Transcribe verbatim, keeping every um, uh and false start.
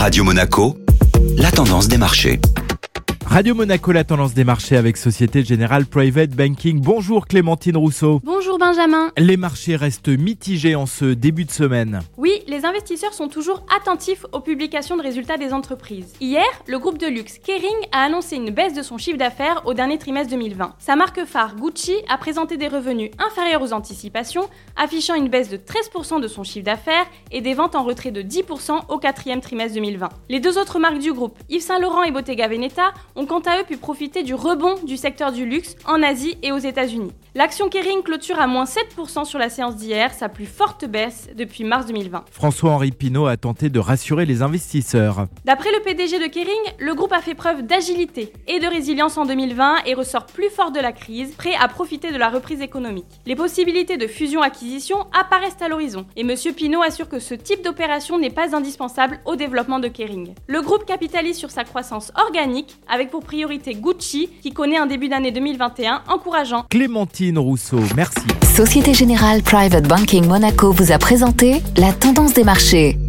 Radio Monaco, la tendance des marchés. Radio Monaco, la tendance des marchés avec Société Générale Private Banking. Bonjour Clémentine Rousseau. Bonjour Benjamin. Les marchés restent mitigés en ce début de semaine. Oui, les investisseurs sont toujours attentifs aux publications de résultats des entreprises. Hier, le groupe de luxe Kering a annoncé une baisse de son chiffre d'affaires au dernier trimestre deux mille vingt. Sa marque phare Gucci a présenté des revenus inférieurs aux anticipations, affichant une baisse de treize pour cent de son chiffre d'affaires et des ventes en retrait de dix pour cent au quatrième trimestre deux mille vingt. Les deux autres marques du groupe, Yves Saint Laurent et Bottega Veneta, ont quant à eux pu profiter du rebond du secteur du luxe en Asie et aux États-Unis. L'action Kering clôture à moins sept pour cent sur la séance d'hier, sa plus forte baisse depuis mars deux mille vingt. François-Henri Pinault a tenté de rassurer les investisseurs. D'après le P D G de Kering, le groupe a fait preuve d'agilité et de résilience en deux mille vingt et ressort plus fort de la crise, prêt à profiter de la reprise économique. Les possibilités de fusion-acquisition apparaissent à l'horizon et M. Pinault assure que ce type d'opération n'est pas indispensable au développement de Kering. Le groupe capitalise sur sa croissance organique avec pour priorité Gucci qui connaît un début d'année deux mille vingt et un encourageant. Clémentine Rousseau, merci. Société Générale Private Banking Monaco vous a présenté la tendance des marchés.